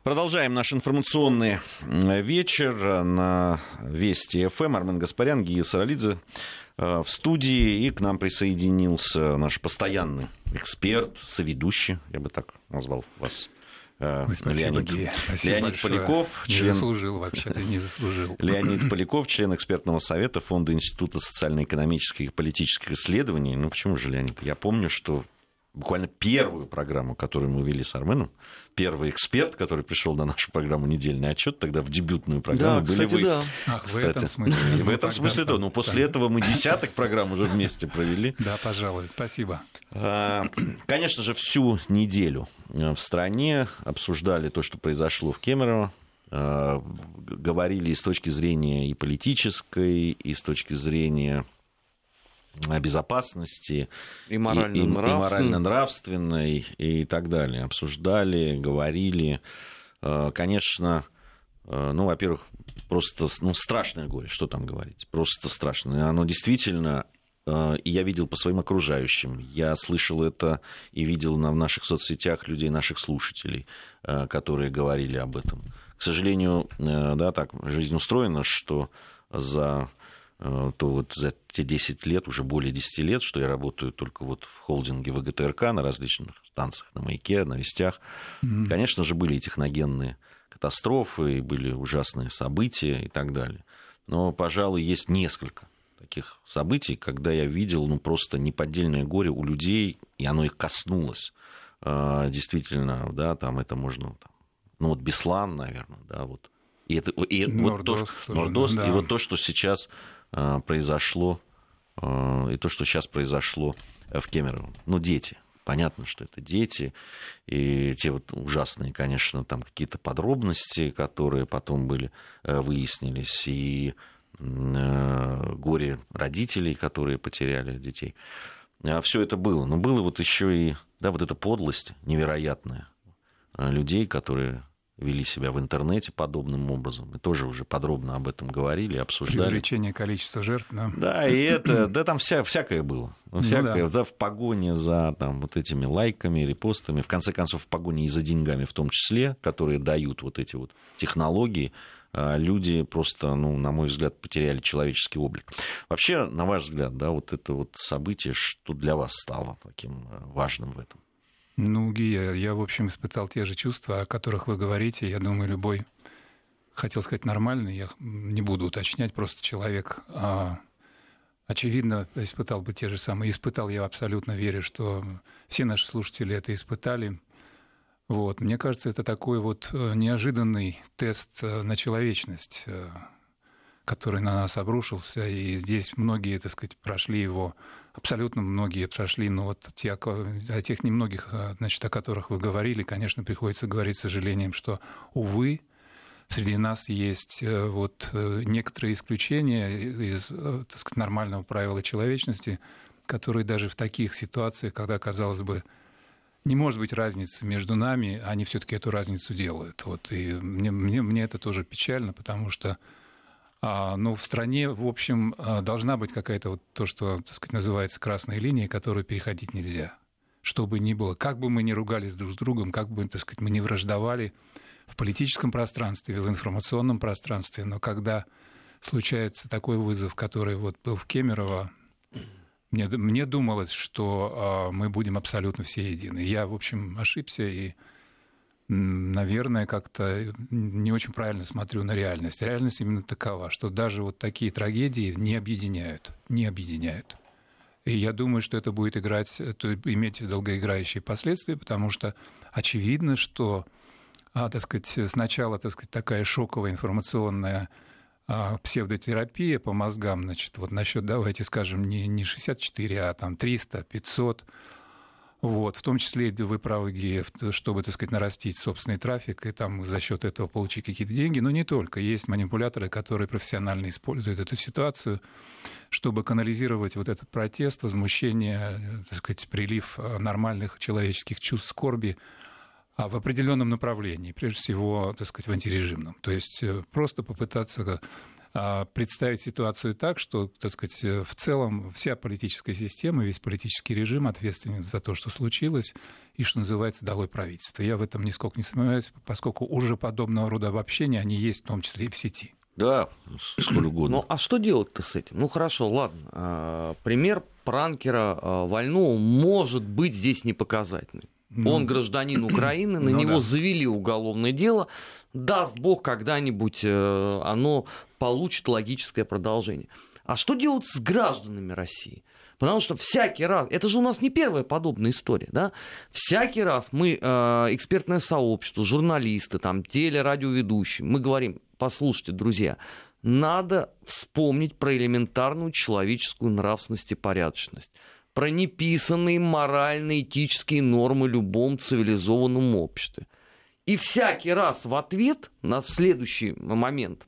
Продолжаем наш информационный вечер на Вести ФМ. Армен Гаспарян, Гия Саралидзе в студии. И к нам присоединился наш постоянный эксперт, соведущий, я бы так назвал вас, Спасибо, Гия. Спасибо Леонид большое. Поляков. Не заслужил, вообще-то не заслужил. Леонид Поляков, член экспертного совета Фонда Института социально-экономических и политических исследований. Ну, почему же, Леонид? Я помню, что буквально первую программу, которую мы вели с Арменом, первый эксперт, который пришел на нашу программу «Недельный отчет», тогда в дебютную программу, да, были кстати, вы. Да. Ах, кстати. в этом смысле. И в этом смысле, да. Но после этого мы десяток программ уже вместе провели. Да, пожалуй. Спасибо. Конечно же, всю неделю в стране обсуждали то, что произошло в Кемерово. Говорили и с точки зрения и политической, и с точки зрения безопасности, и морально-нравственной, и так далее. Обсуждали, говорили. Конечно, ну, во-первых, просто страшное горе, что там говорить, просто страшное. Оно действительно, и я видел по своим окружающим, я слышал это и видел в наших соцсетях людей, наших слушателей, которые говорили об этом. К сожалению, да, так жизнь устроена, что за те 10 лет, уже более 10 лет, что я работаю только вот в холдинге ВГТРК на различных станциях, на «Маяке», на «Вестях», конечно же, были и техногенные катастрофы, и были ужасные события и так далее. Но, пожалуй, есть несколько таких событий, когда я видел просто неподдельное горе у людей, и оно их коснулось. Действительно, да, там это можно... Ну, вот Беслан, наверное, да, вот. Нордост, да. И вот то, что сейчас произошло, и то, что сейчас произошло в Кемерово. Ну, дети. Понятно, что это дети. И те вот ужасные, конечно, там какие-то подробности, которые потом выяснились. И горе родителей, которые потеряли детей. Все это было. Но было вот еще и, да, вот эта подлость невероятная людей, которые вели себя в интернете подобным образом. Мы тоже уже подробно об этом говорили, обсуждали. Преувеличение количества жертв, да. Да, и это, да, там всякое было. Всякое, да, в погоне за там, вот этими лайками, репостами, в конце концов, в погоне и за деньгами в том числе, которые дают вот эти вот технологии, люди просто, ну, на мой взгляд, потеряли человеческий облик. Вообще, на ваш взгляд, да, вот это вот событие, что для вас стало таким важным в этом? Ну, Гия, я, в общем, испытал те же чувства, о которых вы говорите. Я думаю, любой, хотел сказать, нормальный, я не буду уточнять, просто человек, очевидно, испытал бы те же самые. Испытал, я абсолютно верю, что все наши слушатели это испытали. Вот. Мне кажется, это такой вот неожиданный тест на человечность, который на нас обрушился, и здесь многие, так сказать, прошли его, абсолютно многие прошли, но вот о тех немногих, значит, о которых вы говорили, конечно, приходится говорить с сожалением, что, увы, среди нас есть вот некоторые исключения из, так сказать, нормального правила человечности, которые даже в таких ситуациях, когда, казалось бы, не может быть разницы между нами, они все-таки эту разницу делают. Вот, и мне это тоже печально, потому что но в стране, в общем, должна быть какая-то вот то, что, так сказать, называется красной линией, которую переходить нельзя. Что бы ни было, как бы мы ни ругались друг с другом, как бы, так сказать, мы ни враждовали в политическом пространстве, в информационном пространстве, но когда случается такой вызов, который вот был в Кемерово, мне думалось, что мы будем абсолютно все едины. Я, в общем, ошибся и, наверное, как-то не очень правильно смотрю на реальность. Реальность именно такова, что даже вот такие трагедии не объединяют. И я думаю, что это будет иметь долгоиграющие последствия, потому что очевидно, что, так сказать, сначала, так сказать, такая шоковая информационная псевдотерапия по мозгам, значит, вот насчет, давайте скажем, не 64, а там 300, 500. Вот, в том числе, вы правы, Гия, чтобы, так сказать, нарастить собственный трафик и там за счет этого получить какие-то деньги, но не только. Есть манипуляторы, которые профессионально используют эту ситуацию, чтобы канализировать вот этот протест, возмущение, так сказать, прилив нормальных человеческих чувств скорби в определенном направлении, прежде всего, так сказать, в антирежимном. То есть просто попытаться представить ситуацию так, что, так сказать, в целом вся политическая система, весь политический режим ответственен за то, что случилось, и, что называется, долой правительство. Я в этом нисколько не сомневаюсь, поскольку уже подобного рода обобщения, они есть в том числе и в сети. Да, сколь угодно. Ну, а что делать-то с этим? Ну, хорошо, ладно. Пример пранкера Вольного может быть здесь не показательный. Он гражданин Украины, на него завели уголовное дело. Даст Бог, когда-нибудь оно получит логическое продолжение. А что делать с гражданами России? Потому что всякий раз, это же у нас не первая подобная история, да? Всякий раз мы, экспертное сообщество, журналисты, там, телерадиоведущие, мы говорим: послушайте, друзья, надо вспомнить про элементарную человеческую нравственность и порядочность, про неписанные морально-этические нормы в любом цивилизованном обществе. И всякий раз в ответ в следующий момент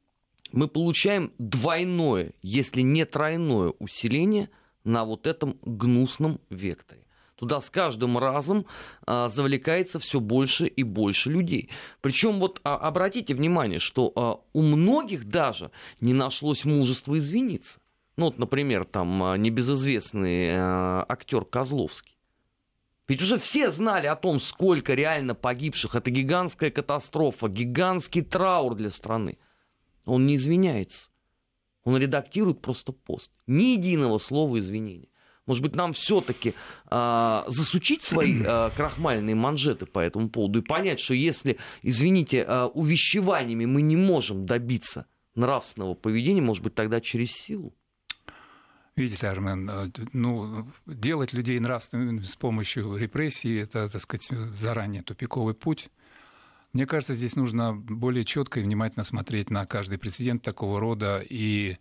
мы получаем двойное, если не тройное усиление на вот этом гнусном векторе. Туда с каждым разом завлекается все больше и больше людей. Причем вот обратите внимание, что у многих даже не нашлось мужества извиниться. Ну вот, например, там небезызвестный актер Козловский. Ведь уже все знали о том, сколько реально погибших. Это гигантская катастрофа, гигантский траур для страны. Он не извиняется. Он редактирует просто пост. Ни единого слова извинения. Может быть, нам все-таки засучить свои крахмальные манжеты по этому поводу и понять, что если, извините, увещеваниями мы не можем добиться нравственного поведения, может быть, тогда через силу? Видите, Армен, делать людей нравственными с помощью репрессий — это, так сказать, заранее тупиковый путь. Мне кажется, здесь нужно более четко и внимательно смотреть на каждый прецедент такого рода и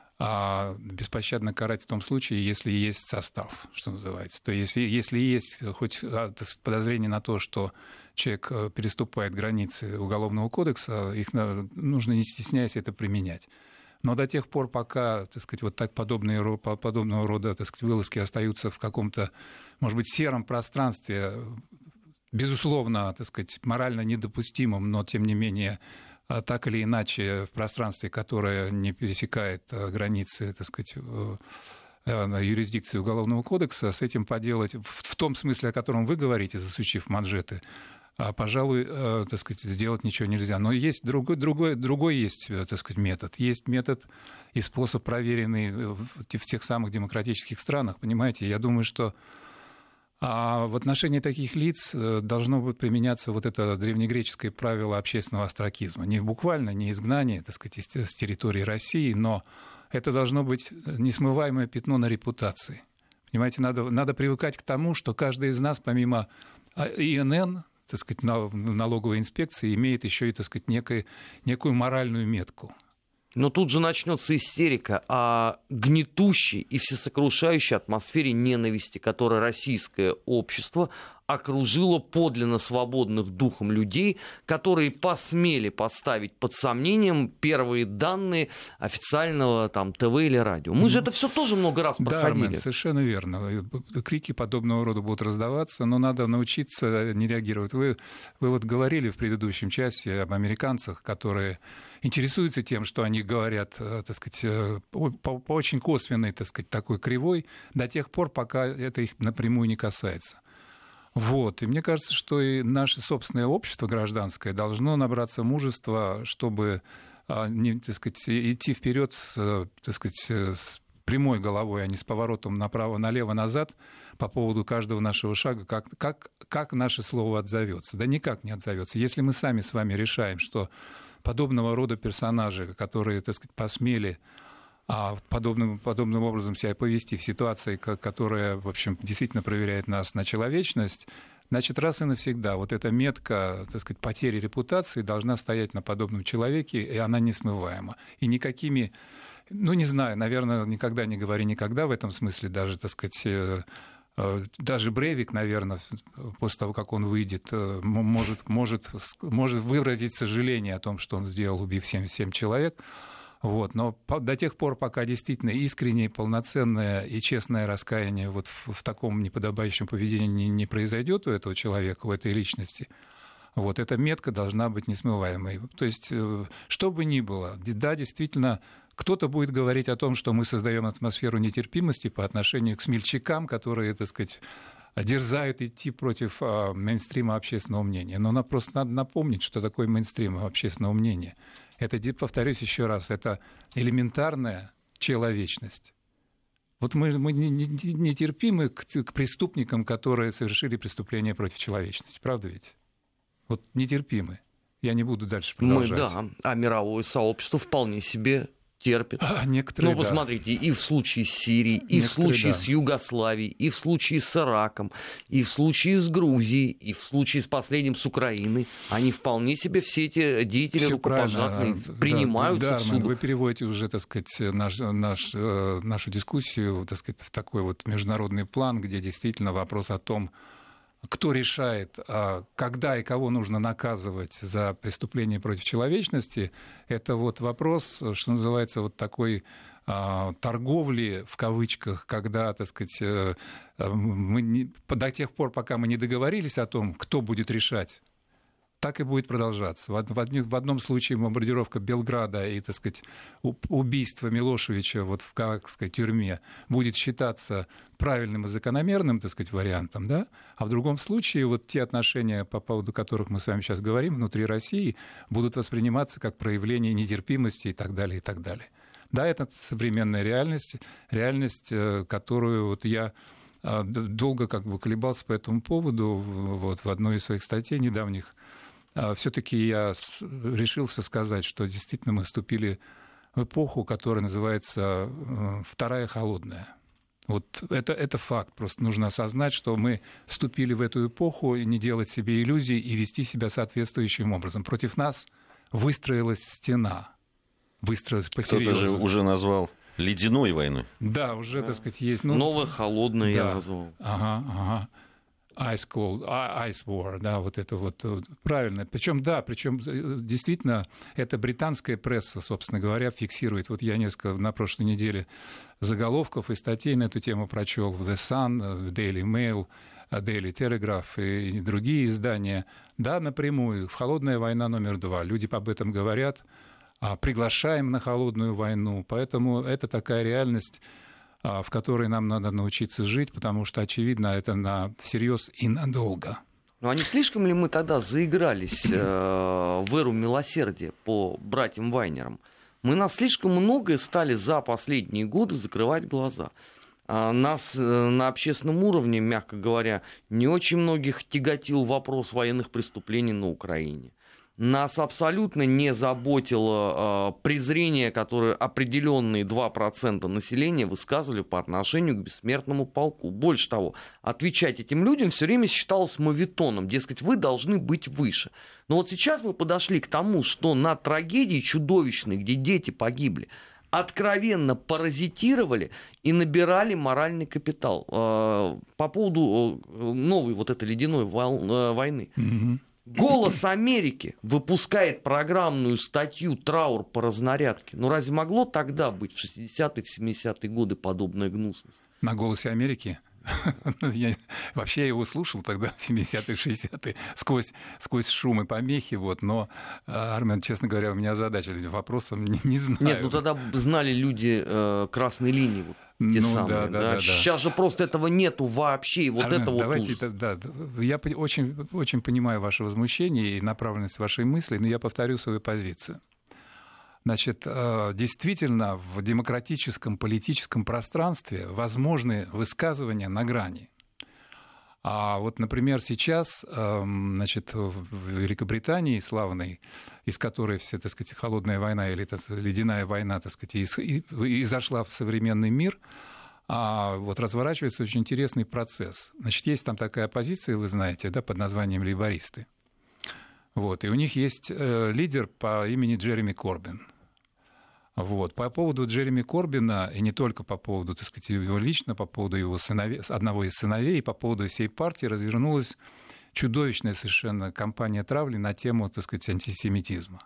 беспощадно карать в том случае, если есть состав, что называется. То есть если есть хоть подозрение на то, что человек переступает границы Уголовного кодекса, их нужно, не стесняясь, это применять. Но до тех пор, пока, так сказать, вот так подобного рода, так сказать, вылазки остаются в каком-то, может быть, сером пространстве, безусловно, так сказать, морально недопустимым, но, тем не менее, так или иначе, в пространстве, которое не пересекает границы, так сказать, юрисдикции Уголовного кодекса, с этим поделать, в том смысле, о котором вы говорите, засучив манжеты, пожалуй, так сказать, сделать ничего нельзя. Но есть другой есть, так сказать, метод. Есть метод и способ, проверенный в тех самых демократических странах. Понимаете, я думаю, что в отношении таких лиц должно будет применяться вот это древнегреческое правило общественного остракизма. Не буквально, не изгнание, так сказать, с территории России, но это должно быть несмываемое пятно на репутации. Понимаете, надо привыкать к тому, что каждый из нас, помимо ИНН, так сказать, налоговой инспекции, имеет еще и, так сказать, некую моральную метку. Но тут же начнется истерика о гнетущей и всесокрушающей атмосфере ненависти, которой российское общество окружило подлинно свободных духом людей, которые посмели поставить под сомнением первые данные официального там, ТВ или радио. Мы же это все тоже много раз проходили. Да, Армен, совершенно верно. Крики подобного рода будут раздаваться, но надо научиться не реагировать. Вы вот говорили в предыдущем часе об американцах, которые интересуются тем, что они говорят, так сказать, по очень косвенной, так сказать, такой кривой, до тех пор, пока это их напрямую не касается. Вот. И мне кажется, что и наше собственное общество гражданское должно набраться мужества, чтобы так сказать, идти вперед так сказать, с прямой головой, а не с поворотом направо, налево, назад по поводу каждого нашего шага, как наше слово отзовется. Да никак не отзовется. Если мы сами с вами решаем, что подобного рода персонажи, которые, так сказать, посмели подобным образом себя повести в ситуации, которая, в общем, действительно проверяет нас на человечность, значит, раз и навсегда вот эта метка, так сказать, потери репутации должна стоять на подобном человеке, и она несмываема. И никакими, не знаю, наверное, никогда не говори никогда в этом смысле, даже, так сказать, даже Брейвик, наверное, после того, как он выйдет, может выразить сожаление о том, что он сделал, убив 77 человек. Вот. Но до тех пор, пока действительно искреннее, полноценное и честное раскаяние вот в таком неподобающем поведении не произойдет у этого человека, у этой личности, вот эта метка должна быть несмываемой. То есть, что бы ни было, да, действительно, кто-то будет говорить о том, что мы создаем атмосферу нетерпимости по отношению к смельчакам, которые, так сказать, дерзают идти против мейнстрима общественного мнения. Но просто надо напомнить, что такое мейнстрим общественного мнения. Это, повторюсь еще раз, это элементарная человечность. Вот мы нетерпимы к преступникам, которые совершили преступления против человечности. Правда ведь? Вот нетерпимы. Я не буду дальше продолжать. А мировое сообщество вполне себе терпит. Некоторые, вы смотрите, и в случае с Сирией, и в случае с Югославией, и в случае с Ираком, и в случае с Грузией, и в случае с последним с Украиной, они вполне себе, все эти деятели рукопожатные, принимаются в суд. Вы переводите уже, так сказать, нашу дискуссию, так сказать, в такой вот международный план, где действительно вопрос о том, кто решает, когда и кого нужно наказывать за преступление против человечности, это вот вопрос, что называется, вот такой торговли, в кавычках, когда, так сказать, до тех пор, пока мы не договорились о том, кто будет решать, так и будет продолжаться. В одном случае бомбардировка Белграда и, так сказать, убийство Милошевича вот в, как сказать, тюрьме будет считаться правильным и закономерным, так сказать, вариантом, да? А в другом случае вот те отношения, по поводу которых мы с вами сейчас говорим, внутри России, будут восприниматься как проявление нетерпимости и так далее, и так далее. Да, это современная реальность, которую вот я долго как бы колебался по этому поводу вот, в одной из своих статей недавних. Все-таки я решился сказать, что действительно мы вступили в эпоху, которая называется «Вторая холодная». Вот это факт. Просто нужно осознать, что мы вступили в эту эпоху, и не делать себе иллюзий и вести себя соответствующим образом. Против нас выстроилась стена. Выстроилась по-серьезному. Кто-то же уже назвал ледяной войной. Да, уже, так сказать, есть. Новая холодная, да. Я назвал. Ага. Ice War, да, вот это вот правильно. Причем действительно, это британская пресса, собственно говоря, фиксирует. Вот я несколько на прошлой неделе заголовков и статей на эту тему прочел в The Sun, в Daily Mail, Daily Telegraph и другие издания. Да, напрямую, в холодная война номер 2. Люди об этом говорят, приглашаем на холодную войну. Поэтому это такая реальность, в которой нам надо научиться жить, потому что, очевидно, это всерьез и надолго. Ну, а не слишком ли мы тогда заигрались в эру милосердия по братьям Вайнерам? Мы на слишком многое стали за последние годы закрывать глаза. Нас на общественном уровне, мягко говоря, не очень многих тяготил вопрос военных преступлений на Украине. Нас абсолютно не заботило презрение, которое определенные 2% населения высказывали по отношению к бессмертному полку. Больше того, отвечать этим людям все время считалось моветоном. Дескать, вы должны быть выше. Но вот сейчас мы подошли к тому, что на трагедии чудовищной, где дети погибли, откровенно паразитировали и набирали моральный капитал. По поводу новой вот этой ледяной войны. Mm-hmm. «Голос Америки» выпускает программную статью «Траур по разнарядке». Ну разве могло тогда быть в 60-е, в 70-е годы подобная гнусность? На «Голосе Америки»? Вообще я его слушал тогда в 70-е, 60-е сквозь шум и помехи, вот, но, Армен, честно говоря, у меня озадачили вопросом, не знаю. Нет, ну тогда знали люди красной линии, вот, те самые. Да. Сейчас же просто этого нету вообще, и вот Армен, это вот давайте, ужас. Да, я очень, очень понимаю ваше возмущение и направленность вашей мысли, но я повторю свою позицию. Значит, действительно, в демократическом политическом пространстве возможны высказывания на грани. А вот, например, сейчас, значит, в Великобритании славной, из которой вся, так сказать, холодная война или ледяная война, так сказать, и зашла в современный мир, вот разворачивается очень интересный процесс. Значит, есть там такая оппозиция, вы знаете, да, под названием лейбористы. Вот, и у них есть лидер по имени Джереми Корбин. Вот. По поводу Джереми Корбина, и не только по поводу, так сказать, его лично, по поводу его одного из сыновей, и по поводу всей партии развернулась чудовищная совершенно кампания травли на тему, так сказать, антисемитизма.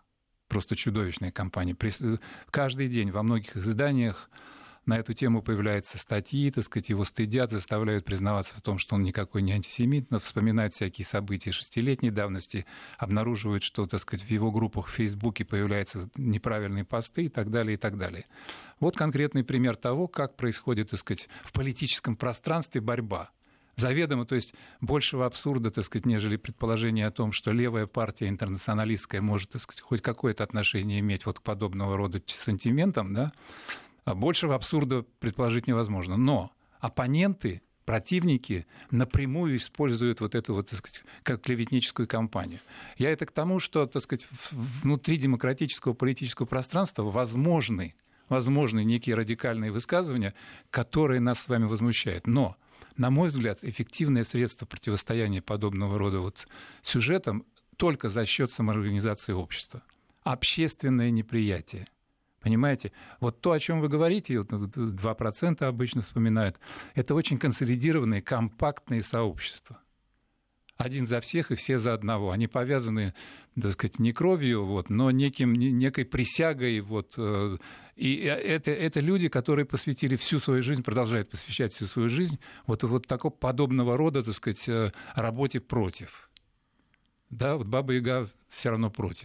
просто чудовищная кампания. Каждый день во многих изданиях на эту тему появляются статьи, так сказать, его стыдят, заставляют признаваться в том, что он никакой не антисемит, но вспоминают всякие события 6-летней давности, обнаруживают, что, так сказать, в его группах в Фейсбуке появляются неправильные посты и так далее, и так далее. Вот конкретный пример того, как происходит, так сказать, в политическом пространстве борьба. Заведомо, то есть большего абсурда, так сказать, нежели предположение о том, что левая партия интернационалистская может, так сказать, хоть какое-то отношение иметь вот к подобного рода сантиментам, да, большего абсурда предположить невозможно. Но оппоненты, противники напрямую используют вот эту вот, так сказать, как клеветническую кампанию. Я это к тому, что, так сказать, внутри демократического политического пространства возможны некие радикальные высказывания, которые нас с вами возмущают. Но, на мой взгляд, эффективное средство противостояния подобного рода вот сюжетам только за счет самоорганизации общества. Общественное неприятие. Понимаете? Вот то, о чем вы говорите, 2% обычно вспоминают, это очень консолидированные, компактные сообщества. Один за всех и все за одного. Они повязаны, так сказать, не кровью, вот, но некой присягой. Вот, и это люди, которые посвятили всю свою жизнь, продолжают посвящать всю свою жизнь вот такого подобного рода, так сказать, работе против. Да, вот Баба-Яга все равно против.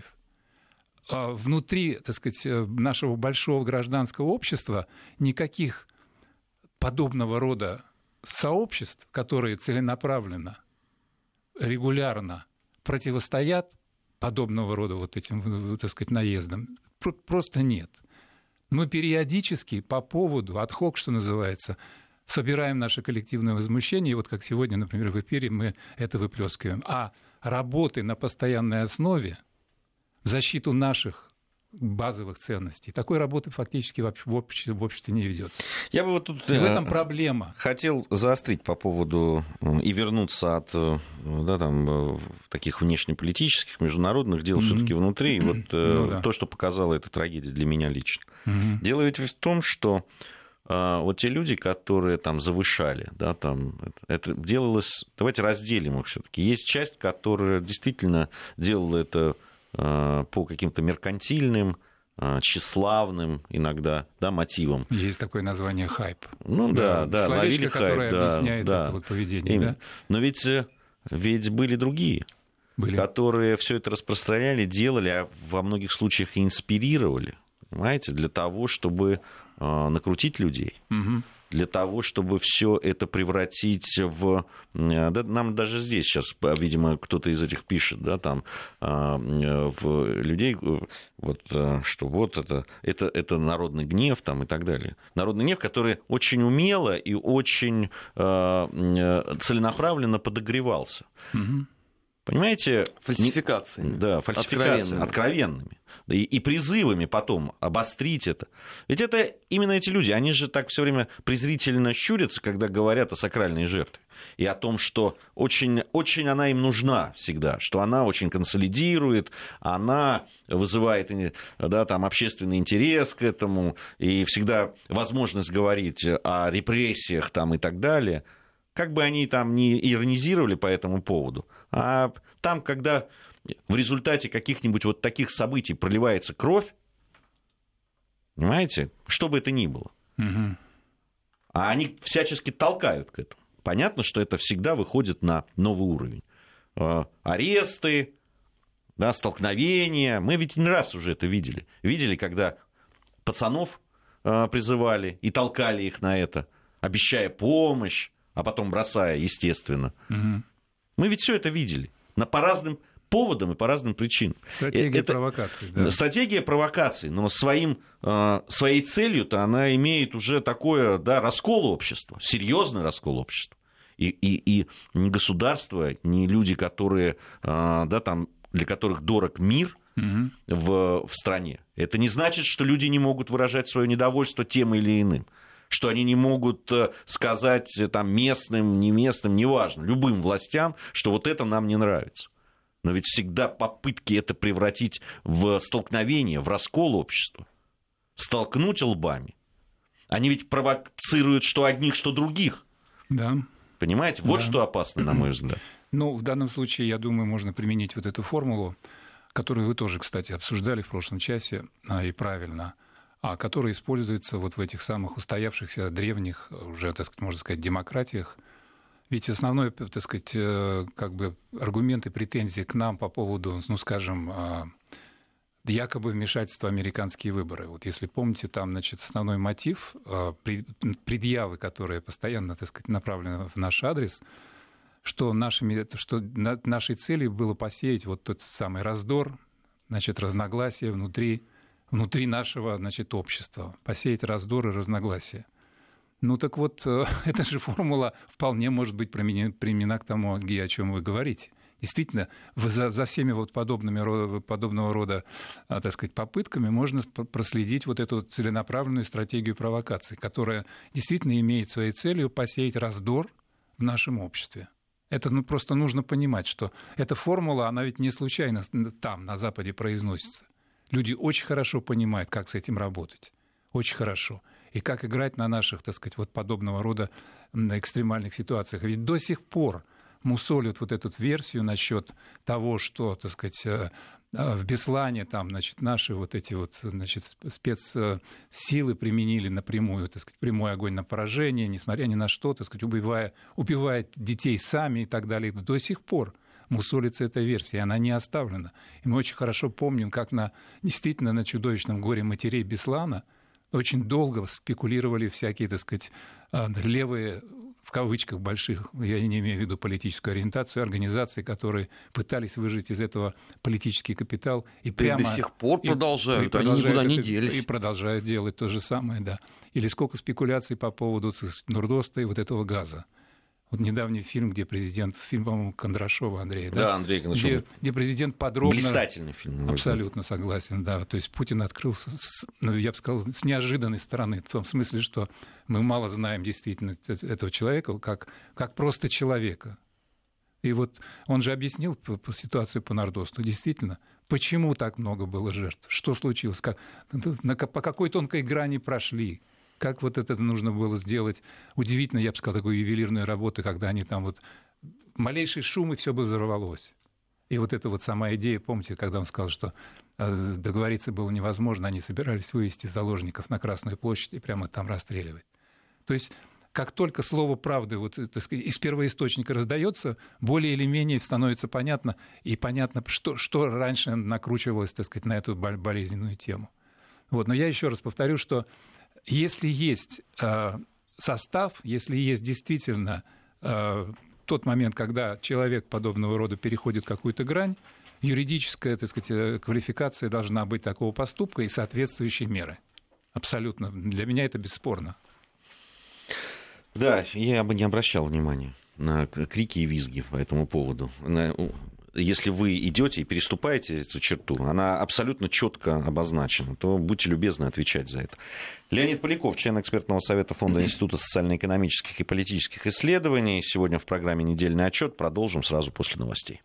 Внутри, так сказать, нашего большого гражданского общества никаких подобного рода сообществ, которые целенаправленно, регулярно противостоят подобного рода вот этим, так сказать, наездам, просто нет. Мы периодически по поводу, ad-hoc, что называется, собираем наше коллективное возмущение, и вот как сегодня, например, в эфире мы это выплескиваем. А работы на постоянной основе в защиту наших базовых ценностей. Такой работы фактически в обществе не ведется. Я бы вот тут в этом проблема. Хотел заострить по поводу и вернуться от таких внешнеполитических, международных дел все-таки внутри. Вот то, что показала эта трагедия для меня лично. Дело ведь в том, что вот те люди, которые там завышали, да, там, это делалось... Давайте разделим их все-таки. Есть часть, которая действительно делала это по каким-то меркантильным, тщеславным иногда, да, мотивам. Есть такое название хайп. Ну да, ловили хайп, которое объясняет да, это вот поведение. Да? Но ведь были другие, которые все это распространяли, делали, а во многих случаях и инспирировали, понимаете, для того, чтобы накрутить людей. Угу. Для того, чтобы все это превратить в... Да, нам даже здесь сейчас, видимо, кто-то из этих пишет, да, там, в людей, вот, что вот это народный гнев там, и так далее. Народный гнев, который очень умело и очень целенаправленно подогревался. Угу. Понимаете? Фальсификации. Да, фальсификации откровенными. И призывами потом обострить это. Ведь это именно эти люди, они же так все время презрительно щурятся, когда говорят о сакральной жертве. И о том, что очень, очень она им нужна всегда, что она очень консолидирует, она вызывает, да, там, общественный интерес к этому, и всегда возможность говорить о репрессиях там, и так далее. Как бы они там ни иронизировали по этому поводу, а там, когда в результате каких-нибудь вот таких событий проливается кровь, понимаете, что бы это ни было, а они всячески толкают к этому. Понятно, что это всегда выходит на новый уровень. Аресты, да, столкновения. Мы ведь не раз уже это видели. Видели, когда пацанов призывали и толкали их на это, обещая помощь, а потом бросая, естественно. Мы ведь все это видели. По разным поводам и по разным причинам. Стратегия провокаций. Да. Стратегия провокаций, но своей целью-то она имеет уже такое, да, раскол общества, серьезный раскол общества. И ни государство, ни люди, которые, да, там, для которых дорог мир в стране, это не значит, что люди не могут выражать свое недовольство тем или иным. Что они не могут сказать там, местным, не местным, неважно, любым властям, что вот это нам не нравится. Но ведь всегда попытки это превратить в столкновение, в раскол общества, столкнуть лбами. Они ведь провоцируют что одних, что других. Да. Понимаете? Вот что опасно, на мой взгляд. Ну, в данном случае, я думаю, можно применить вот эту формулу, который вы тоже, кстати, обсуждали в прошлом часе, и правильно, который используется вот в этих самых устоявшихся древних, уже, так сказать, можно сказать, демократиях. Ведь основной, так сказать, как бы аргумент и претензии к нам по поводу, ну, скажем, якобы вмешательства в американские выборы. Вот если помните, там, значит, основной мотив, предъявы, которые постоянно, так сказать, направлены в наш адрес, что нашей целью было посеять вот тот самый раздор, значит, разногласия внутри нашего, значит, общества, посеять раздор и разногласия. Ну так вот, эта же формула вполне может быть применена к тому, о чем вы говорите. Действительно, за всеми вот подобного рода, так сказать, попытками можно проследить вот эту целенаправленную стратегию провокаций, которая действительно имеет своей целью посеять раздор в нашем обществе. Это просто нужно понимать, что эта формула, она ведь не случайно там, на Западе, произносится. Люди очень хорошо понимают, как с этим работать. Очень хорошо. И как играть на наших, так сказать, вот подобного рода экстремальных ситуациях. Ведь до сих пор мусолят вот эту версию насчет того, что, так сказать, в Беслане там, значит, наши вот эти вот, значит, спецсилы применили напрямую, так сказать, прямой огонь на поражение, несмотря ни на что, так сказать, убивая детей сами и так далее. До сих пор мусолится эта версия, и она не оставлена. И мы очень хорошо помним, как действительно на чудовищном горе матерей Беслана очень долго спекулировали всякие, так сказать, левые, в кавычках больших, я не имею в виду политическую ориентацию, организации, которые пытались выжать из этого политический капитал. И прямо до сих пор продолжают, они никуда не делись. И продолжают делать то же самое, да. Или сколько спекуляций по поводу Нурдоста и вот этого газа. Вот недавний фильм, где президент, фильм, по-моему, Кондрашова Андрея, да? Да, Андрей Кондрашов. Где президент подробно... Блистательный фильм. Абсолютно согласен, да. То есть Путин открылся, я бы сказал, с неожиданной стороны, в том смысле, что мы мало знаем действительно этого человека, как просто человека. И вот он же объяснил ситуацию по Нордосту, действительно, почему так много было жертв, что случилось, по какой тонкой грани прошли. Как вот это нужно было сделать? Удивительно, я бы сказал, такую ювелирную работу, когда они там вот... Малейший шум, и все бы взорвалось. И вот эта вот сама идея, помните, когда он сказал, что договориться было невозможно, они собирались вывести заложников на Красную площадь и прямо там расстреливать. То есть как только слово правды вот, так сказать, из первоисточника раздается, более или менее становится понятно, и понятно, что раньше накручивалось, так сказать, на эту болезненную тему. Вот. Но я еще раз повторю, что если есть состав, если есть действительно тот момент, когда человек подобного рода переходит какую-то грань, юридическая, так сказать, квалификация должна быть такого поступка и соответствующей меры. Абсолютно. Для меня это бесспорно. Да, я бы не обращал внимания на крики и визги по этому поводу. Если вы идете и переступаете эту черту, она абсолютно четко обозначена, то будьте любезны отвечать за это. Леонид Поляков, член экспертного совета Фонда Института социально-экономических и политических исследований. Сегодня в программе «Недельный отчет». Продолжим сразу после новостей.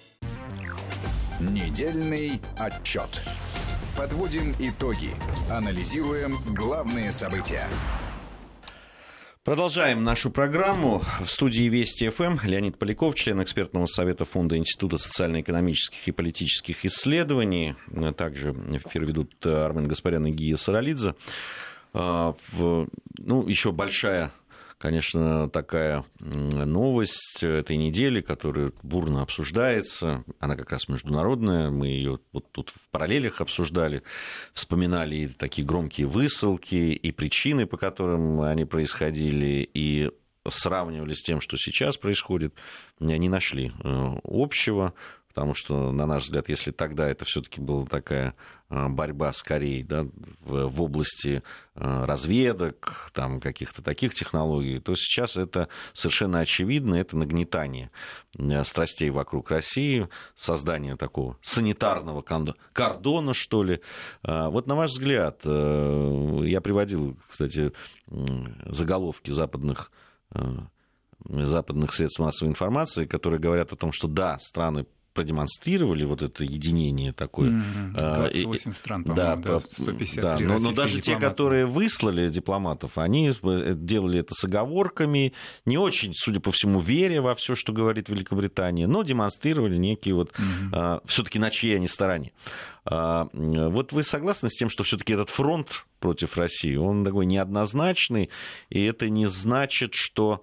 Недельный отчет. Подводим итоги. Анализируем главные события. Продолжаем нашу программу. В студии Вести ФМ Леонид Поляков, член экспертного совета Фонда Института социально-экономических и политических исследований. Также эфир ведут Армен Гаспарян и Гия Саралидзе. Еще большая, конечно, такая новость этой недели, которая бурно обсуждается. Она как раз международная. Мы ее вот тут в параллелях обсуждали, вспоминали и такие громкие высылки, и причины, по которым они происходили, и сравнивали с тем, что сейчас происходит. Не нашли общего. Потому что, на наш взгляд, если тогда это все-таки была такая борьба скорее, да, в области разведок, там, каких-то таких технологий, то сейчас это совершенно очевидно, это нагнетание страстей вокруг России, создание такого санитарного кордона, что ли. Вот, на ваш взгляд, я приводил, кстати, заголовки западных средств массовой информации, которые говорят о том, что да, страны продемонстрировали вот это единение такое. 28 стран, по-моему, 153 но даже те, которые выслали дипломатов, они делали это с оговорками, не очень, судя по всему, веря во все, что говорит Великобритания, но демонстрировали некие вот все-таки на чьей они стороне. Вот вы согласны с тем, что все-таки этот фронт против России, он такой неоднозначный, и это не значит, что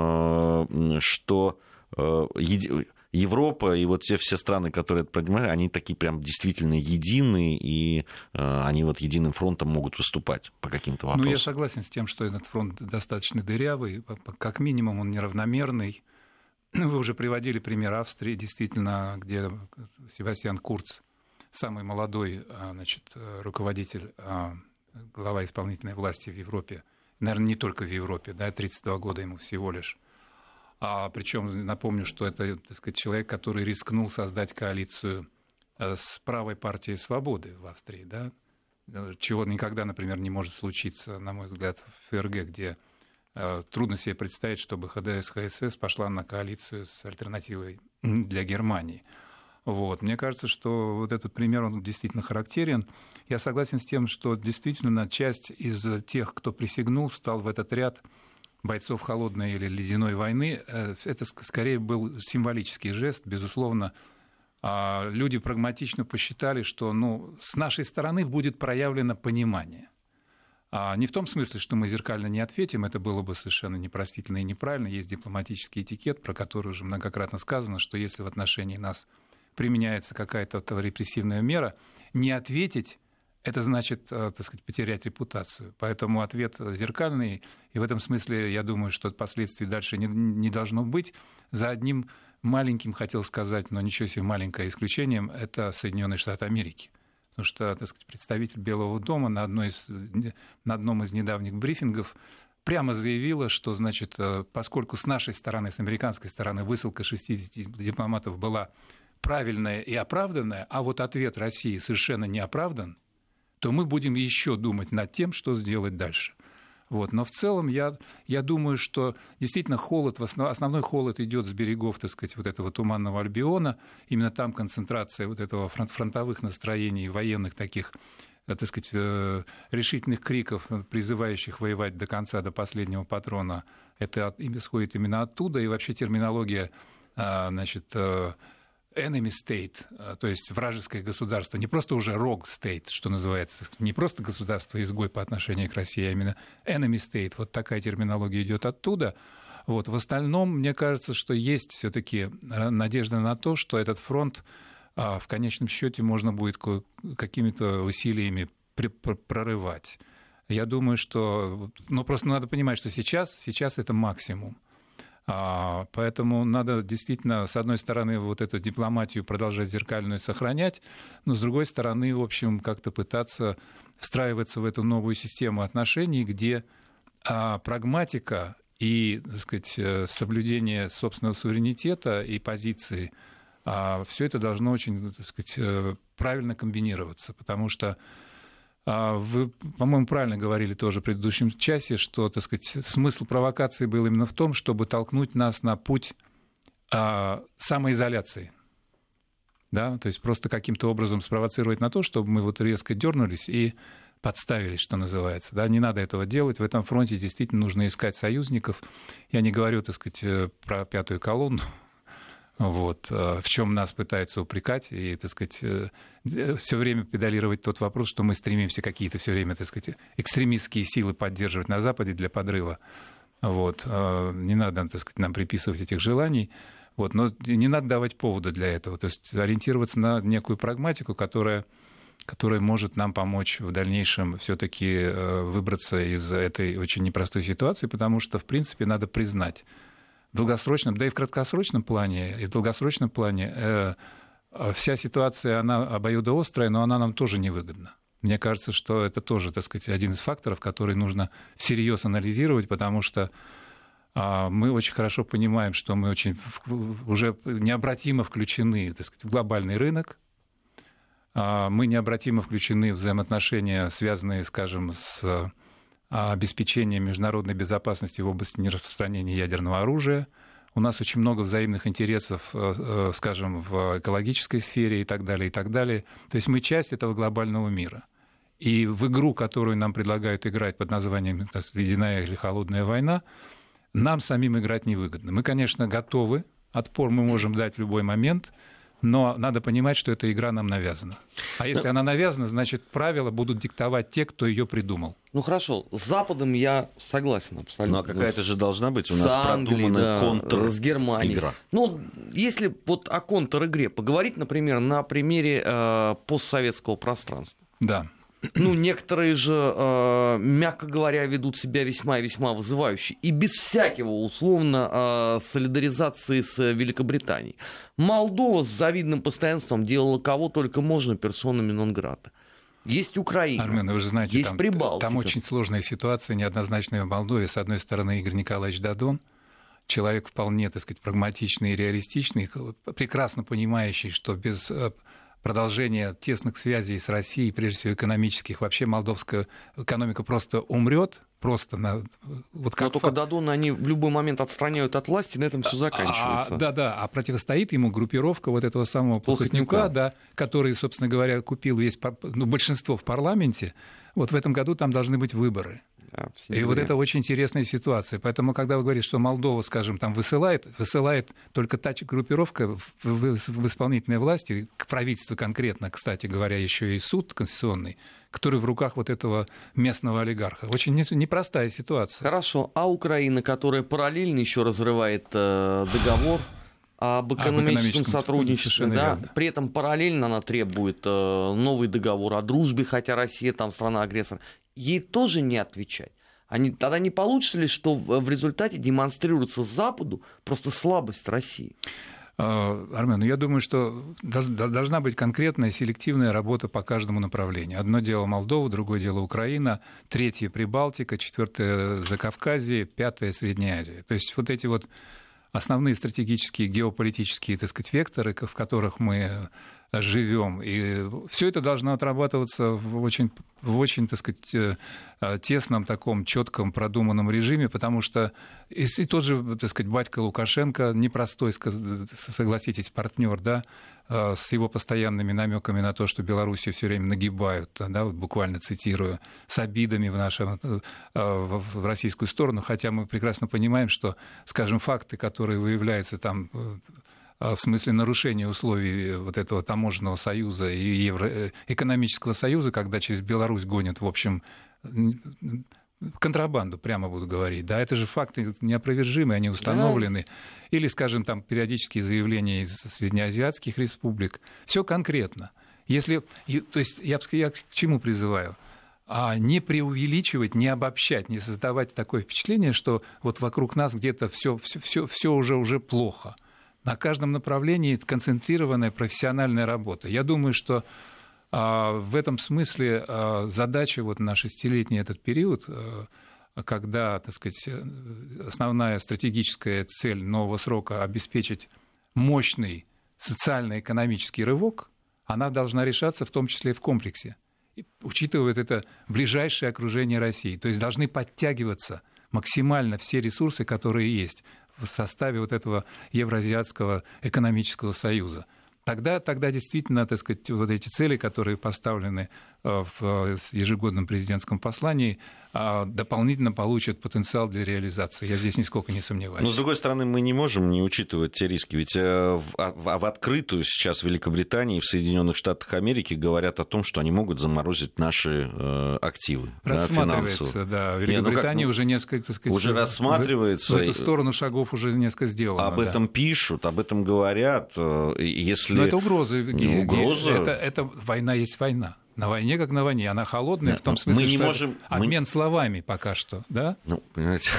Европа и вот те все страны, которые это принимают, они такие прям действительно единые, и они вот единым фронтом могут выступать по каким-то вопросам? Ну, я согласен с тем, что этот фронт достаточно дырявый, как минимум он неравномерный. Вы уже приводили пример Австрии, действительно, где Себастьян Курц, самый молодой, значит, руководитель, глава исполнительной власти в Европе, наверное, не только в Европе, да, 32 года ему всего лишь. Причем напомню, что это, так сказать, человек, который рискнул создать коалицию с правой партией свободы в Австрии, да, чего никогда, например, не может случиться, на мой взгляд, в ФРГ, где трудно себе представить, чтобы ХДС-ХСС пошла на коалицию с альтернативой для Германии. Вот. Мне кажется, что вот этот пример, он действительно характерен. Я согласен с тем, что действительно часть из тех, кто присягнул, стал в этот ряд бойцов холодной или ледяной войны. Это скорее был символический жест, безусловно. Люди прагматично посчитали, что с нашей стороны будет проявлено понимание. Не в том смысле, что мы зеркально не ответим, это было бы совершенно непростительно и неправильно. Есть дипломатический этикет, про который уже многократно сказано, что если в отношении нас применяется какая-то репрессивная мера, не ответить — это значит, так сказать, потерять репутацию. Поэтому ответ зеркальный, и в этом смысле, я думаю, что последствий дальше не должно быть. За одним маленьким, хотел сказать, но ничего себе маленькое исключением, это Соединенные Штаты Америки. Потому что, так сказать, представитель Белого дома на одном из недавних брифингов прямо заявила, что, значит, поскольку с нашей стороны, с американской стороны, высылка 60 дипломатов была правильная и оправданная, а вот ответ России совершенно не оправдан, то мы будем еще думать над тем, что сделать дальше. Вот. Но в целом я думаю, что действительно основной холод идет с берегов, так сказать, вот этого Туманного Альбиона. Именно там концентрация вот этого фронтовых настроений, военных таких, так сказать, решительных криков, призывающих воевать до конца, до последнего патрона. Это исходит именно оттуда. И вообще терминология, значит, enemy state, то есть вражеское государство, не просто уже rogue state, что называется, не просто государство-изгой по отношению к России, а именно enemy state. Вот такая терминология идет оттуда. Вот. В остальном, мне кажется, что есть все-таки надежда на то, что этот фронт в конечном счете можно будет какими-то усилиями прорывать. Я думаю, что... просто надо понимать, что сейчас это максимум. Поэтому надо действительно, с одной стороны, вот эту дипломатию продолжать зеркальную сохранять, но с другой стороны, в общем, как-то пытаться встраиваться в эту новую систему отношений, где прагматика и, так сказать, соблюдение собственного суверенитета и позиции, все это должно очень, так сказать, правильно комбинироваться, потому что вы, по-моему, правильно говорили тоже в предыдущем часе, что, так сказать, смысл провокации был именно в том, чтобы толкнуть нас на путь самоизоляции. Да? То есть просто каким-то образом спровоцировать на то, чтобы мы вот резко дернулись и подставились, что называется. Да? Не надо этого делать. В этом фронте действительно нужно искать союзников. Я не говорю, так сказать, про пятую колонну, вот, в чем нас пытаются упрекать и, так сказать, все время педалировать тот вопрос, что мы стремимся какие-то все время, так сказать, экстремистские силы поддерживать на Западе для подрыва. Вот. Не надо, так сказать, нам приписывать этих желаний, вот. Но не надо давать повода для этого. То есть ориентироваться на некую прагматику, которая может нам помочь в дальнейшем все-таки выбраться из этой очень непростой ситуации, потому что, в принципе, надо признать, в долгосрочном, да и в краткосрочном плане, и в долгосрочном плане вся ситуация, она обоюдоострая, но она нам тоже невыгодна. Мне кажется, что это тоже, так сказать, один из факторов, который нужно всерьез анализировать, потому что мы очень хорошо понимаем, что мы уже необратимо включены, так сказать, в глобальный рынок, мы необратимо включены в взаимоотношения, связанные, скажем, с обеспечением международной безопасности в области нераспространения ядерного оружия. у нас очень много взаимных интересов, скажем, в экологической сфере и так далее, и так далее. То есть мы часть этого глобального мира. И в игру, которую нам предлагают играть под названием «Ледяная или холодная война», нам самим играть невыгодно. Мы, конечно, готовы, отпор мы можем дать в любой момент, но надо понимать, что эта игра нам навязана. А если она навязана, значит, правила будут диктовать те, кто ее придумал. Ну хорошо, с Западом я согласен абсолютно. Ну а какая-то же должна быть у нас Англией, продуманная контр-игра. С Германией. Ну, если вот о контр-игре поговорить, например, на примере постсоветского пространства. Да. Ну, некоторые же, мягко говоря, ведут себя весьма и весьма вызывающе. И без всякого, условно, солидаризации с Великобританией. Молдова с завидным постоянством делала кого только можно персонами нон-грата. Есть Украина, Армен, вы же знаете, есть Прибалтика. Там очень сложная ситуация, неоднозначная в Молдове. С одной стороны, Игорь Николаевич Додон, человек вполне, так сказать, прагматичный и реалистичный, прекрасно понимающий, что без продолжения тесных связей с Россией, прежде всего экономических, вообще молдовская экономика просто умрет. Вот как но только Додона они в любой момент отстраняют от власти, и на этом все заканчивается. А противостоит ему группировка вот этого самого Плохотнюка, да, который, собственно говоря, купил большинство в парламенте. Вот в этом году там должны быть выборы. Да, и вот это очень интересная ситуация. Поэтому, когда вы говорите, что Молдова, скажем, там высылает только та группировка в исполнительной власти, к правительству конкретно, кстати говоря, еще и суд конституционный, который в руках вот этого местного олигарха. Очень непростая ситуация. Хорошо. А Украина, которая параллельно еще разрывает договор об экономическом сотрудничестве, да, при этом параллельно она требует новый договор о дружбе, хотя Россия там страна-агрессор, ей тоже не отвечать. Тогда не получится ли, что в результате демонстрируется Западу просто слабость России? Армен, я думаю, что должна быть конкретная селективная работа по каждому направлению. Одно дело Молдова, другое дело Украина, третье Прибалтика, четвертое Закавказье, пятое Средняя Азия. То есть вот эти вот основные стратегические геополитические, так сказать, векторы, в которых мы живем. И все это должно отрабатываться в очень, так сказать, тесном, таком четком, продуманном режиме, потому что и тот же, так сказать, батька Лукашенко, непростой, согласитесь, партнер, да, с его постоянными намеками на то, что Белоруссию все время нагибают, да, вот буквально цитирую, с обидами в российскую сторону, хотя мы прекрасно понимаем, что, скажем, факты, которые выявляются там в смысле нарушения условий вот этого таможенного союза и Евроэкономического союза, когда через Беларусь гонят, в общем, контрабанду, прямо буду говорить. Да, это же факты неопровержимые, они установлены. Да. Или, скажем, там периодические заявления из среднеазиатских республик. Все конкретно. То есть я к чему призываю? Не преувеличивать, не обобщать, не создавать такое впечатление, что вот вокруг нас где-то все уже плохо. На каждом направлении концентрированная профессиональная работа. Я думаю, что в этом смысле задача вот на 6-летний этот период, когда, так сказать, основная стратегическая цель нового срока обеспечить мощный социально-экономический рывок, она должна решаться в том числе и в комплексе, учитывая это ближайшее окружение России. То есть должны подтягиваться максимально все ресурсы, которые есть в составе вот этого Евразиатского экономического союза. Тогда действительно, так сказать, вот эти цели, которые поставлены в ежегодном президентском послании, дополнительно получат потенциал для реализации. Я здесь нисколько не сомневаюсь. Но, с другой стороны, мы не можем не учитывать те риски. Ведь в открытую сейчас в Великобритании и в Соединенных Штатах Америки говорят о том, что они могут заморозить наши активы. Рассматривается, да. Великобритания уже несколько, так сказать, уже рассматривается. В эту сторону шагов уже несколько сделано. Об этом пишут, об этом говорят. Если... Но это угрозы. Угроза. Это война есть война. На войне как на войне. Она холодная в том смысле, что обмен словами пока что, да? Ну, понимаете,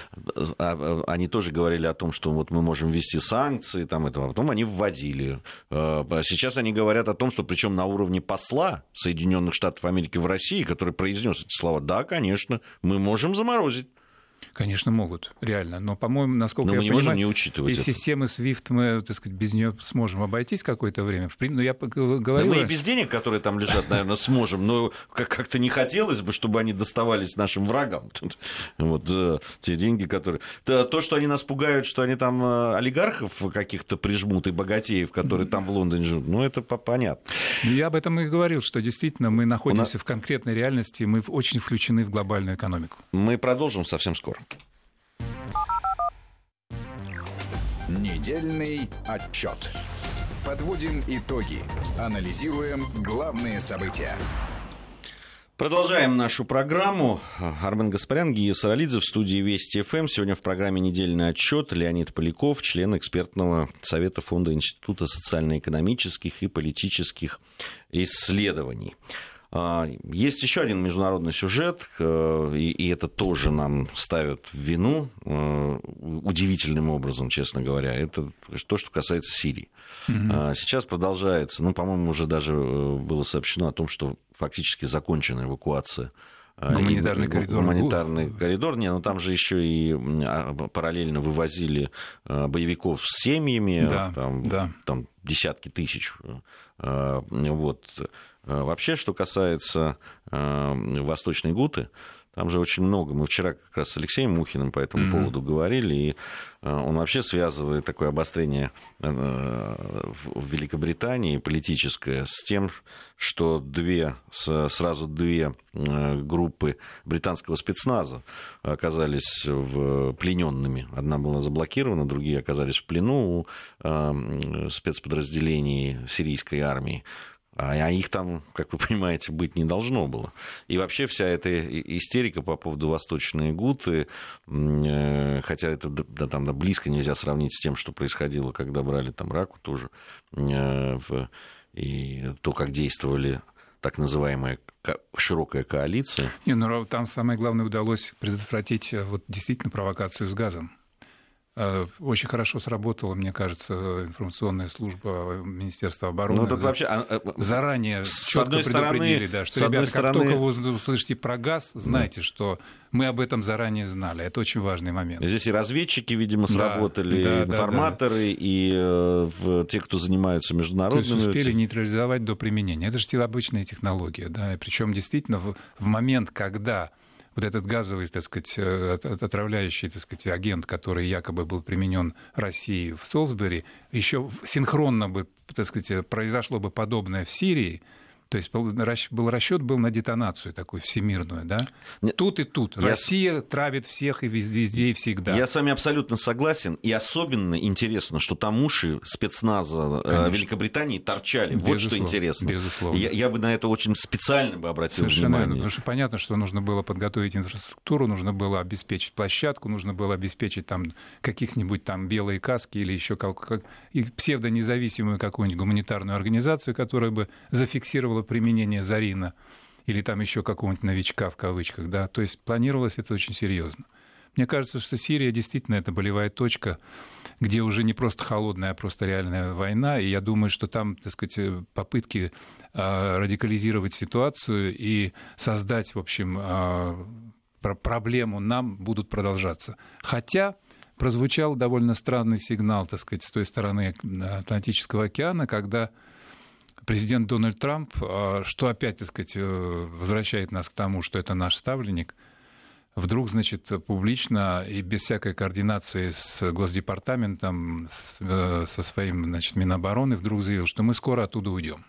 они тоже говорили о том, что вот мы можем ввести санкции, там, а потом они вводили. Сейчас они говорят о том, что причем на уровне посла Соединенных Штатов Америки в России, который произнес эти слова, да, конечно, мы можем заморозить. Конечно, могут, реально. Но, по-моему, насколько мы я не понимаю, можем не учитывать из это. системы SWIFT мы, так сказать, без нее сможем обойтись какое-то время. Но я говорил... Да мы и без денег, которые там лежат, наверное, сможем, но как-то не хотелось бы, чтобы они доставались нашим врагам. Вот те деньги, которые... То, что они нас пугают, что они там олигархов каких-то прижмут и богатеев, которые там в Лондоне живут, ну, это понятно. Я об этом и говорил, что действительно мы находимся в конкретной реальности, мы очень включены в глобальную экономику. Мы продолжим совсем скоро. Недельный отчет. Подводим итоги. Анализируем главные события. Продолжаем нашу программу. Армен Гаспарян, Гия Саралидзе в студии Вести ФМ. Сегодня в программе «Недельный отчет» Леонид Поляков, член экспертного совета Фонда Института социально-экономических и политических исследований. Есть еще один международный сюжет, и это тоже нам ставят в вину удивительным образом, честно говоря. Это то, что касается Сирии. Сейчас продолжается, по-моему, уже даже было сообщено о том, что фактически закончена эвакуация. Гуманитарный коридор. Там же еще и параллельно вывозили боевиков с семьями, там десятки тысяч. Вот. Вообще, что касается Восточной Гуты, там же очень много. Мы вчера как раз с Алексеем Мухиным по этому поводу говорили, и он вообще связывает такое обострение в Великобритании политическое с тем, что сразу две группы британского спецназа оказались плененными. Одна была заблокирована, другие оказались в плену у спецподразделений сирийской армии. А их там, как вы понимаете, быть не должно было. И вообще вся эта истерика по поводу Восточной Гуты, хотя это там близко нельзя сравнить с тем, что происходило, когда брали там Раку тоже, и то, как действовали так называемая широкая коалиция. Там самое главное удалось предотвратить действительно провокацию с газом. Очень хорошо сработала, мне кажется, информационная служба Министерства обороны. Заранее четко предупредили, что, ребята, как только вы услышите про газ, знайте, что мы об этом заранее знали. Это очень важный момент. Здесь и разведчики, видимо, сработали, информаторы, и те, кто занимаются международными... То есть успели нейтрализовать до применения. Это же обычная технология. Да? Причем действительно в момент, когда... Вот этот газовый, так сказать, отравляющий, так сказать, агент, который якобы был применен Россией в Солсбери, еще синхронно бы, так сказать, произошло бы подобное в Сирии. То есть расчет был на детонацию такую всемирную, да? Тут и тут. Россия травит всех и везде и всегда. Я с вами абсолютно согласен. И особенно интересно, что там уши спецназа Великобритании торчали. Безусловно, вот что интересно. Безусловно. Я бы на это очень специально бы обратил внимание. Потому что понятно, что нужно было подготовить инфраструктуру, нужно было обеспечить площадку, нужно было обеспечить там каких-нибудь там белые каски или еще и псевдонезависимую какую-нибудь гуманитарную организацию, которая бы зафиксировала применение Зарина или там еще какого-нибудь новичка в кавычках, да, то есть планировалось это очень серьезно. Мне кажется, что Сирия действительно это болевая точка, где уже не просто холодная, а просто реальная война, и я думаю, что там, так сказать, попытки радикализировать ситуацию и создать, в общем, проблему нам будут продолжаться. Хотя прозвучал довольно странный сигнал, так сказать, с той стороны Атлантического океана, когда президент Дональд Трамп, что опять, так сказать, возвращает нас к тому, что это наш ставленник, вдруг, значит, публично и без всякой координации с Госдепартаментом, со своим, значит, Минобороны, вдруг заявил, что мы скоро оттуда уйдем.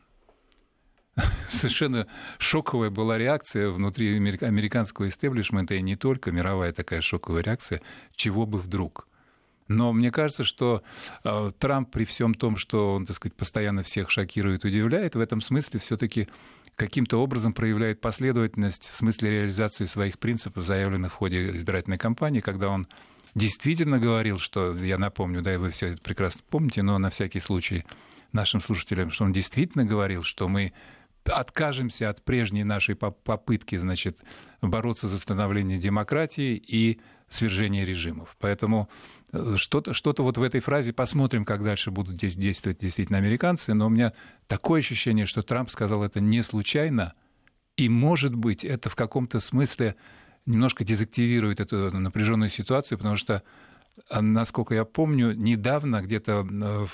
Совершенно шоковая была реакция внутри американского истеблишмента, и не только, мировая такая шоковая реакция, чего бы вдруг. Но мне кажется, что Трамп, при всем том, что он, так сказать, постоянно всех шокирует, удивляет, в этом смысле все-таки каким-то образом проявляет последовательность в смысле реализации своих принципов, заявленных в ходе избирательной кампании, когда он действительно говорил, что, я напомню, да, и вы все это прекрасно помните, но на всякий случай нашим слушателям, что он действительно говорил, что мы откажемся от прежней нашей попытки, значит, бороться за становление демократии и свержение режимов. Поэтому что-то вот в этой фразе, посмотрим, как дальше будут здесь действовать действительно американцы, но у меня такое ощущение, что Трамп сказал это не случайно, и, может быть, это в каком-то смысле немножко дезактивирует эту напряженную ситуацию, потому что, насколько я помню, недавно, где-то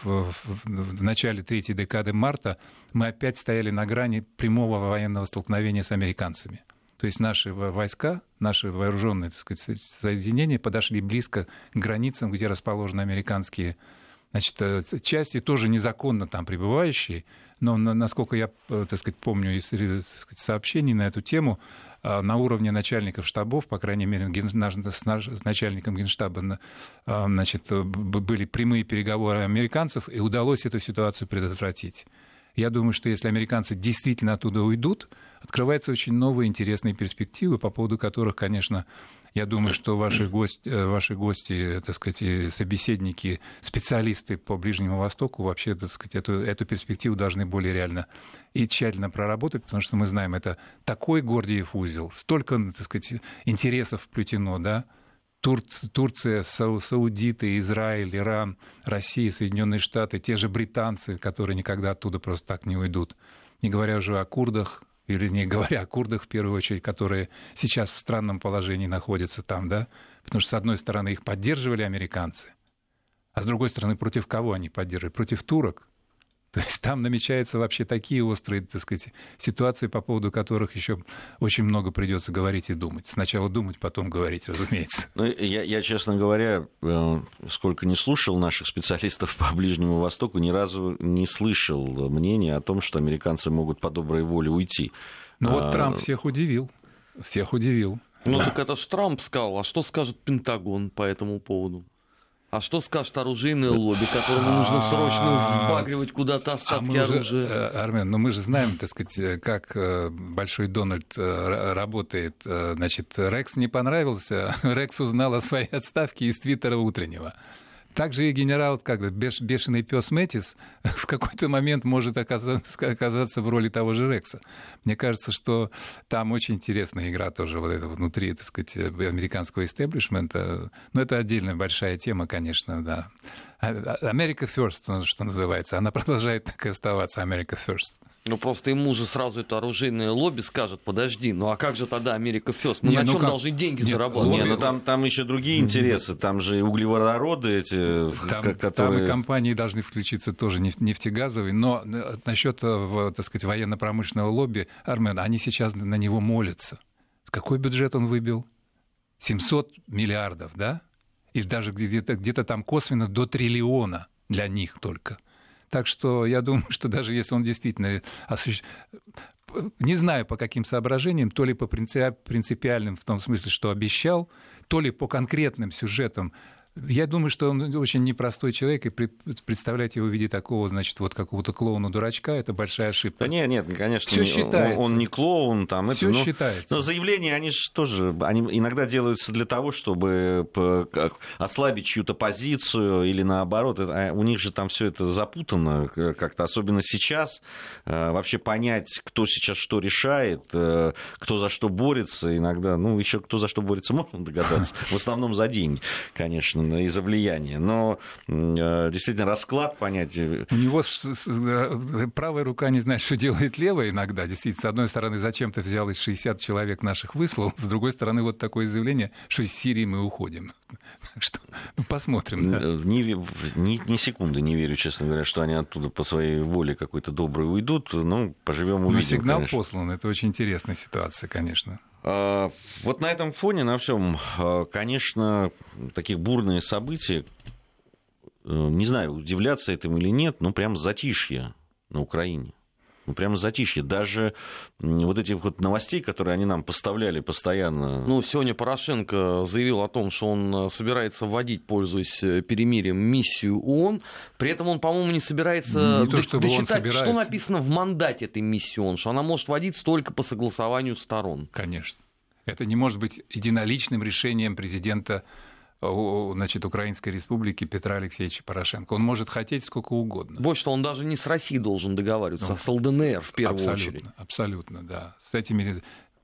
в начале третьей декады марта, мы опять стояли на грани прямого военного столкновения с американцами. То есть наши войска, наши вооруженные, так сказать, соединения подошли близко к границам, где расположены американские, значит, части, тоже незаконно там пребывающие. Но, насколько я, так сказать, помню из, так сказать, сообщений на эту тему, на уровне начальников штабов, по крайней мере, с начальником Генштаба, значит, были прямые переговоры американцев, и удалось эту ситуацию предотвратить. Я думаю, что если американцы действительно оттуда уйдут, открываются очень новые интересные перспективы, по поводу которых, конечно, я думаю, что ваши гости, так сказать, собеседники, специалисты по Ближнему Востоку вообще, так сказать, эту перспективу должны более реально и тщательно проработать, потому что мы знаем, это такой Гордиев узел, столько, так сказать, интересов вплетено, да, Турция, саудиты, Израиль, Иран, Россия, Соединенные Штаты, те же британцы, которые никогда оттуда просто так не уйдут. Не говоря уже о курдах, или не говоря о курдах в первую очередь, которые сейчас в странном положении находятся там, да, потому что, с одной стороны, их поддерживали американцы, а с другой стороны, против кого они поддерживали? Против турок. То есть там намечаются вообще такие острые, так сказать, ситуации, по поводу которых еще очень много придется говорить и думать. Сначала думать, потом говорить, разумеется. Ну, я, честно говоря, сколько не слушал наших специалистов по Ближнему Востоку, ни разу не слышал мнения о том, что американцы могут по доброй воле уйти. Ну вот Трамп всех удивил. Всех удивил. Ну так это ж Трамп сказал. А что скажет Пентагон по этому поводу? А что скажет оружейное лобби, которому нужно срочно сбагривать куда-то остатки оружия? Армен, мы же знаем, так сказать, как Большой Дональд работает. Значит, Рекс не понравился, Рекс узнал о своей отставке из Твиттера утреннего. Также и генерал, бешеный пес Мэтис, в какой-то момент может оказаться в роли того же Рекса. Мне кажется, что там очень интересная игра тоже вот это внутри, так сказать, американского истеблишмента. Но это отдельная большая тема, конечно, да. America First, что называется, она продолжает так и оставаться America First. Ну, просто ему же сразу это оружейное лобби скажет: подожди, ну а как же тогда Америка First? Мы на чем должны деньги зарабатывать? Там еще другие интересы, там же углеводороды эти, которые... Там и компании должны включиться тоже нефтегазовые, но насчет, так сказать, военно-промышленного лобби, Армен, они сейчас на него молятся. Какой бюджет он выбил? 700 миллиардов, да? И даже где-то там косвенно до триллиона для них только. Так что я думаю, что даже если он действительно... Не знаю, по каким соображениям, то ли по принципиальным, в том смысле, что обещал, то ли по конкретным сюжетам. Я думаю, что он очень непростой человек, и представлять его в виде такого, значит, вот какого-то клоуна-дурачка — это большая ошибка. Да нет, конечно, всё считается. Он не клоун. Там, все считается. Но заявления, они же тоже иногда делаются для того, чтобы ослабить чью-то позицию или наоборот. У них же там все это запутано как-то, особенно сейчас. Вообще понять, кто сейчас что решает, кто за что борется, иногда, еще кто за что борется, можно догадаться. В основном за деньги, конечно, из-за влияния. Но действительно расклад понять... У него правая рука не знает, что делает левая иногда. Действительно, с одной стороны, зачем ты взял из 60 человек наших выслал, с другой стороны, вот такое заявление, что из Сирии мы уходим. Так что посмотрим. Да. Ни секунды не верю, честно говоря, что они оттуда по своей воле какой-то доброй уйдут. Поживем, увидим. Но сигнал, конечно, послан. Это очень интересная ситуация, конечно. Вот на этом фоне, на всем, конечно, таких бурные события, не знаю, удивляться этому или нет, прям затишье на Украине. Прямо затишье. Даже вот этих вот новостей, которые они нам поставляли постоянно. Сегодня Порошенко заявил о том, что он собирается вводить, пользуясь перемирием, миссию ООН. При этом он, по-моему, не собирается дочитать, что написано в мандате этой миссии ООН, что она может вводиться только по согласованию сторон. Конечно. Это не может быть единоличным решением президента, значит, Украинской Республики Петра Алексеевича Порошенко. Он может хотеть сколько угодно. Больше что, он даже не с Россией должен договариваться, а с ЛДНР в первую очередь. Абсолютно, да. С этими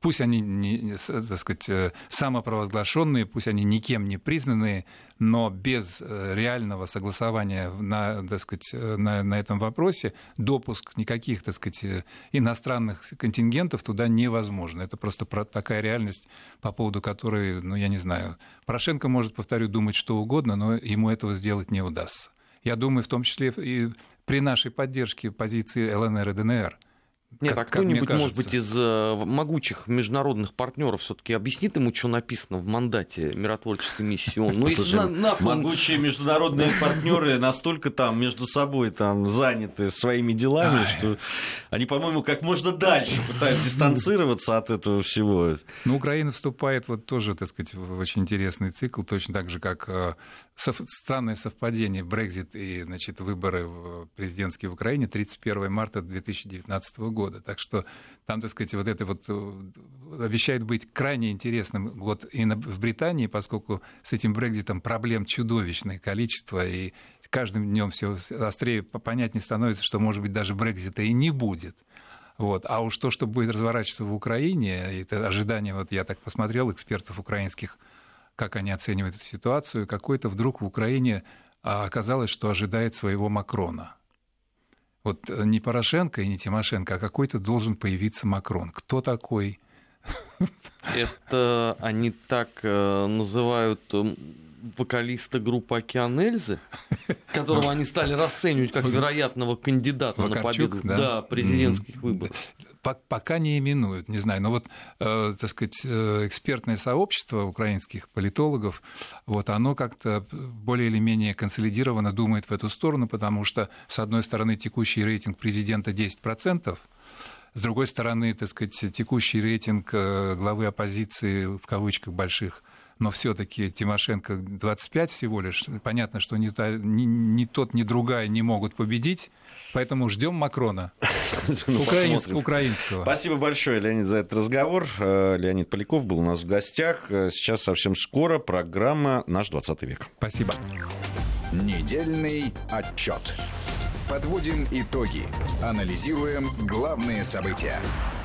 пусть они, так сказать, самопровозглашенные, пусть они никем не признанные, но без реального согласования так сказать, на этом вопросе допуск никаких, так сказать, иностранных контингентов туда невозможно. Это просто такая реальность, по поводу которой, ну, я не знаю, Порошенко может, повторю, думать что угодно, но ему этого сделать не удастся. Я думаю, в том числе и при нашей поддержке позиции ЛНР и ДНР. Нет, а кто-нибудь, может быть, из могучих международных партнеров все-таки объяснит ему, что написано в мандате миротворческой миссии ООН? Ну, слушай, могучие международные партнеры настолько там между собой там заняты своими делами, что они, по-моему, как можно дальше пытаются дистанцироваться от этого всего. Ну, Украина вступает вот тоже, так сказать, в очень интересный цикл, точно так же, как странное совпадение Брексит и, значит, выборы президентские в Украине 31 марта 2019 года. Так что там, так сказать, вот это вот обещает быть крайне интересным год и в Британии, поскольку с этим Брекситом проблем чудовищное количество, и каждым днем все острее понятнее становится, что, может быть, даже Брексита и не будет. Вот. А уж то, что будет разворачиваться в Украине, это ожидание, вот я так посмотрел, экспертов украинских, как они оценивают эту ситуацию, какой-то вдруг в Украине оказалось, что ожидает своего Макрона. Вот не Порошенко и не Тимошенко, а какой-то должен появиться Макрон. Кто такой? Это они так называют вокалиста группы «Океан Эльзы», которого они стали расценивать как вероятного кандидата на победу президентских выборов. Пока не именуют, не знаю. Но вот, так сказать, экспертное сообщество украинских политологов, вот оно как-то более или менее консолидированно думает в эту сторону, потому что, с одной стороны, текущий рейтинг президента 10%, с другой стороны, так сказать, текущий рейтинг главы оппозиции, в кавычках больших, но все-таки Тимошенко 25 всего лишь. Понятно, что ни тот, ни другая не могут победить, поэтому ждем Макрона украинского. Спасибо большое, Леонид, за этот разговор. Леонид Поляков был у нас в гостях. Сейчас совсем скоро программа «Наш 20 век». Спасибо. Недельный отчет. Подводим итоги. Анализируем главные события.